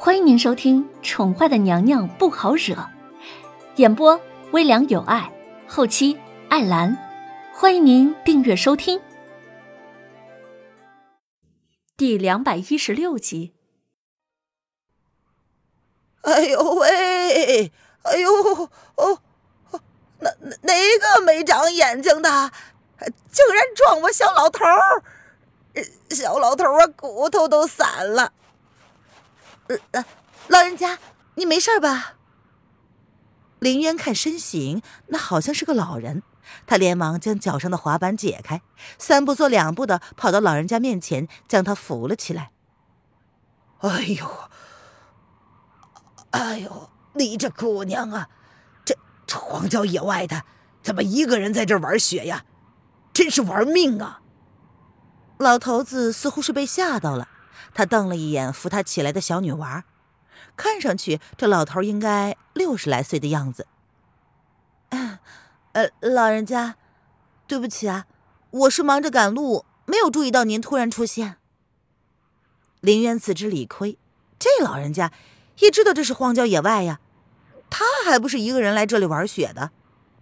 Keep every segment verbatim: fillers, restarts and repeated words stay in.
欢迎您收听《宠坏的娘娘不好惹》，演播微凉有爱，后期艾兰。欢迎您订阅收听。第两百一十六集。 哎呦喂，哎呦哦，那哪个没长眼睛的，竟然撞我小老头儿！小老头儿啊，骨头都散了。呃，老人家，你没事吧？林渊看身形，那好像是个老人，他连忙将脚上的滑板解开，三步做两步的跑到老人家面前，将他扶了起来。哎呦，哎呦，你这姑娘啊，这这荒郊野外的，怎么一个人在这玩雪呀？真是玩命啊！老头子似乎是被吓到了，他瞪了一眼扶他起来的小女娃，看上去这老头应该六十来岁的样子。呃，老人家，对不起啊，我是忙着赶路，没有注意到您突然出现。林渊自知理亏，这老人家也知道这是荒郊野外呀，他还不是一个人来这里玩雪的。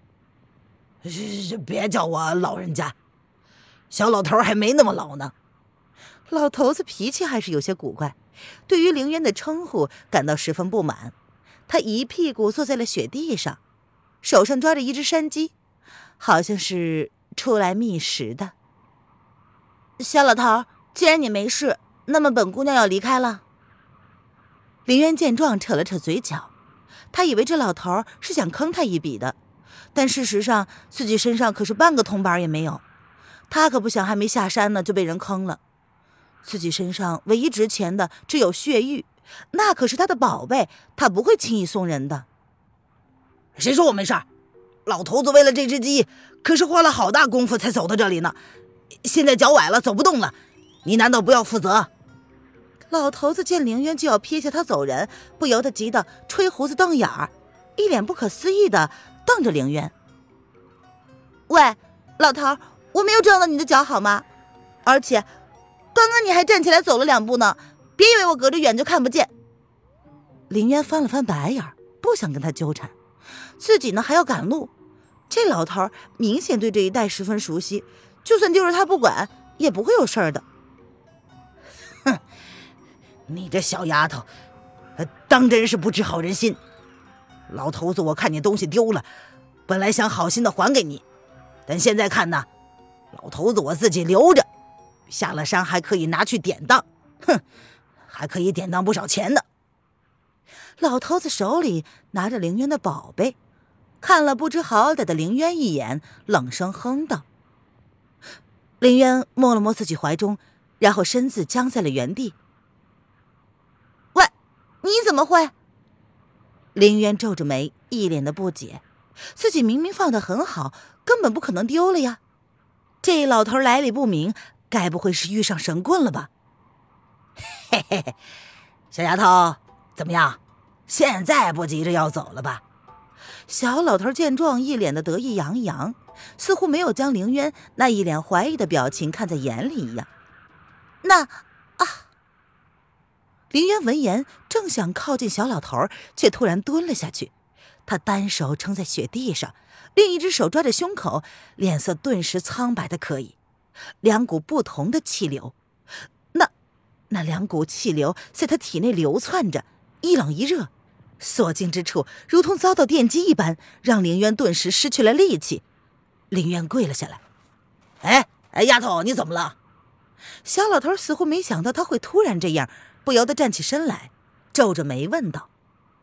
别叫我老人家，小老头还没那么老呢。老头子脾气还是有些古怪，对于凌渊的称呼感到十分不满。他一屁股坐在了雪地上，手上抓着一只山鸡，好像是出来觅食的。小老头，既然你没事，那么本姑娘要离开了。凌渊见状扯了扯嘴角，他以为这老头是想坑他一笔的，但事实上自己身上可是半个铜板也没有，他可不想还没下山呢就被人坑了。自己身上唯一值钱的只有血玉，那可是他的宝贝，他不会轻易送人的。谁说我没事？老头子为了这只鸡可是花了好大功夫才走到这里呢，现在脚崴了走不动了，你难道不要负责？老头子见凌渊就要撇下他走人，不由得急得吹胡子瞪眼儿，一脸不可思议的瞪着凌渊。喂，老头，我没有撞到你的脚好吗？而且刚刚你还站起来走了两步呢，别以为我隔着远就看不见。凌渊翻了翻白眼，不想跟他纠缠，自己呢还要赶路。这老头明显对这一带十分熟悉，就算丢了他不管，也不会有事儿的。哼，你这小丫头，当真是不知好人心。老头子，我看你东西丢了，本来想好心的还给你，但现在看呢，老头子我自己留着，下了山还可以拿去典当，哼，还可以典当不少钱呢。老头子手里拿着凌渊的宝贝，看了不知好歹的凌渊一眼，冷声哼道。凌渊摸了摸自己怀中，然后身子僵在了原地。喂，你怎么会？凌渊皱着眉，一脸的不解，自己明明放得很好，根本不可能丢了呀。这老头来历不明，该不会是遇上神棍了吧？嘿嘿嘿，小丫头，怎么样？现在不急着要走了吧？小老头见状，一脸的得意洋洋，似乎没有将凌渊那一脸怀疑的表情看在眼里一样。那啊！凌渊闻言，正想靠近小老头，却突然蹲了下去。他单手撑在雪地上，另一只手抓着胸口，脸色顿时苍白的可以。两股不同的气流，那那两股气流在他体内流窜着，一冷一热，所经之处如同遭到电击一般，让凌渊顿时失去了力气。凌渊跪了下来。哎哎，丫头，你怎么了？小老头似乎没想到他会突然这样，不由得站起身来，皱着眉问道：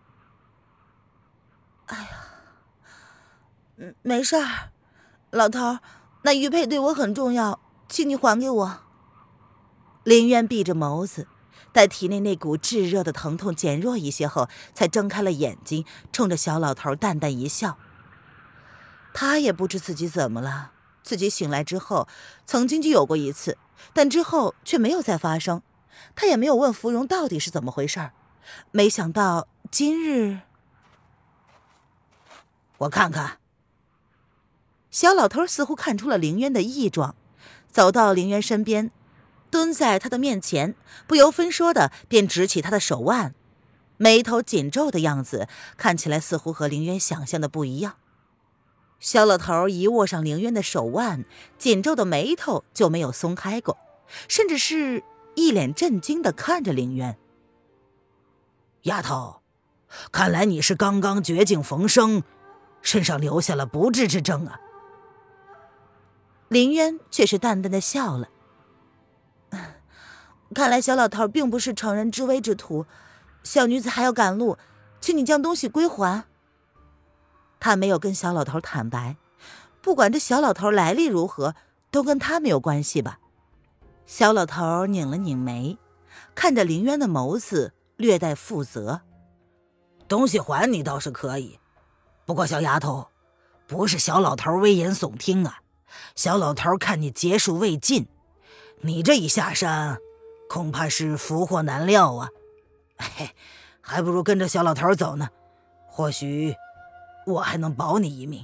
哎呀，没事儿，老头，那玉佩对我很重要，请你还给我。凌渊闭着眸子，待体内那股炙热的疼痛减弱一些后，才睁开了眼睛，冲着小老头淡淡一笑。他也不知自己怎么了，自己醒来之后曾经就有过一次，但之后却没有再发生。他也没有问芙蓉到底是怎么回事，没想到今日……我看看。小老头似乎看出了凌渊的异状，走到凌渊身边，蹲在他的面前，不由分说的便指起他的手腕， 眉头紧皱的样子看起来似乎和凌渊想象的不一样。小老头一握上凌渊的手腕，紧皱的眉头就没有松开过，甚至是一脸震惊地看着凌渊。 丫头，看来你是刚刚绝境逢生，身上留下了不治之症啊。 凌渊却是淡淡的笑了。看来小老头并不是乘人之危之徒，小女子还要赶路，请你将东西归还。他没有跟小老头坦白，不管这小老头来历如何，都跟他没有关系吧。小老头拧了拧眉，看着凌渊的眸子略带负责。 东西还你倒是可以，不过小丫头，不是小老头危言耸听啊，小老头看你劫数未尽，你这一下山恐怕是福祸难料啊。嘿，还不如跟着小老头走呢，或许我还能保你一命。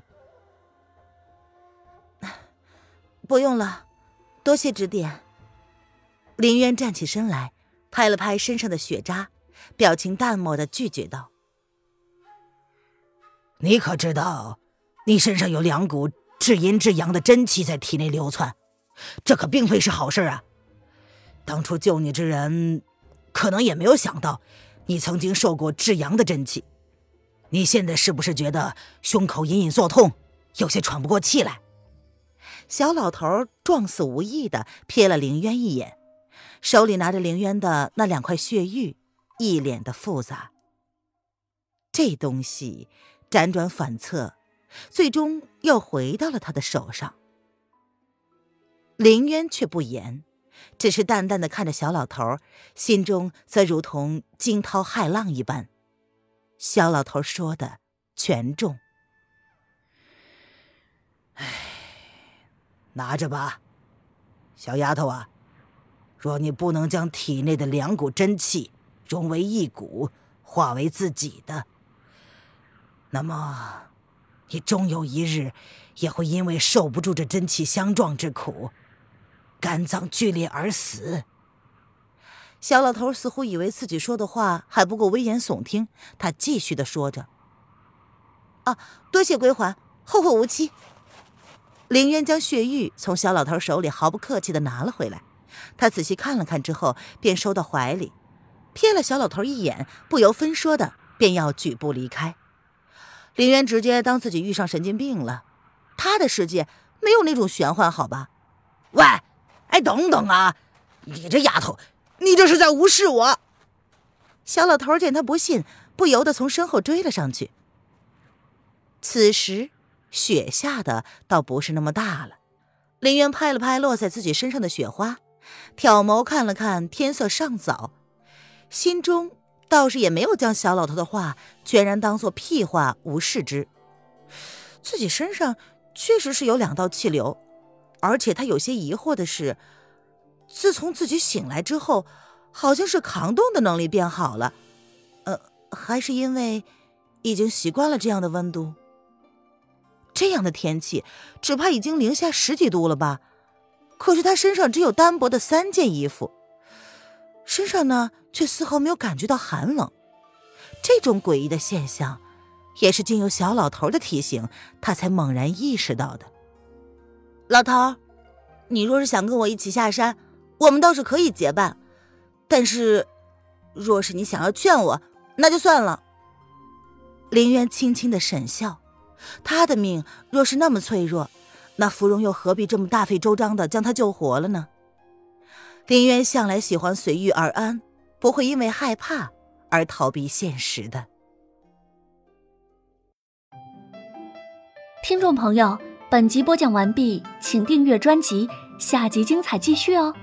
不用了，多谢指点。凌渊站起身来，拍了拍身上的血渣，表情淡漠地拒绝道： 你可知道你身上有两股至阴至阳的真气在体内流窜，这可并非是好事啊。当初救你之人可能也没有想到你曾经受过至阳的真气，你现在是不是觉得胸口隐隐作痛，有些喘不过气来？ 小老头状似无意地瞥了凌渊一眼，手里拿着凌渊的那两块血玉，一脸的复杂。这东西辗转反侧，最终又回到了他的手上。凌渊却不言，只是淡淡地看着小老头，心中则如同惊涛骇浪一般。小老头说的全中。 唉，拿着吧，小丫头啊，若你不能将体内的两股真气融为一股，化为自己的，那么你终有一日也会因为受不住这真气相撞之苦，肝脏剧烈而死。 小老头似乎以为自己说的话还不够危言耸听，他继续的说着：啊，多谢归还，后会无期。凌渊将血玉从小老头手里毫不客气的拿了回来，他仔细看了看之后便收到怀里，瞥了小老头一眼，不由分说的便要举步离开。凌渊直接当自己遇上神经病了，他的世界没有那种玄幻好吧。 喂，哎，等等啊，你这丫头，你这是在无视我。 小老头见他不信，不由得从身后追了上去。此时雪下的倒不是那么大了，凌渊拍了拍落在自己身上的雪花，挑眸看了看天色尚早，心中倒是也没有将小老头的话全然当作屁话无视之。自己身上确实是有两道气流，而且他有些疑惑的是，自从自己醒来之后，好像是扛冻的能力变好了，呃，还是因为已经习惯了这样的温度。这样的天气只怕已经零下十几度了吧，可是他身上只有单薄的三件衣服，身上呢却丝毫没有感觉到寒冷。这种诡异的现象也是经由小老头的提醒，他才猛然意识到的。老头，你若是想跟我一起下山，我们倒是可以结伴，但是若是你想要劝我，那就算了。凌渊轻轻的沈笑，他的命若是那么脆弱，那芙蓉又何必这么大费周章的将他救活了呢？凌渊向来喜欢随遇而安，不会因为害怕而逃避现实的。 听众朋友，本集播讲完毕，请订阅专辑，下集精彩继续哦。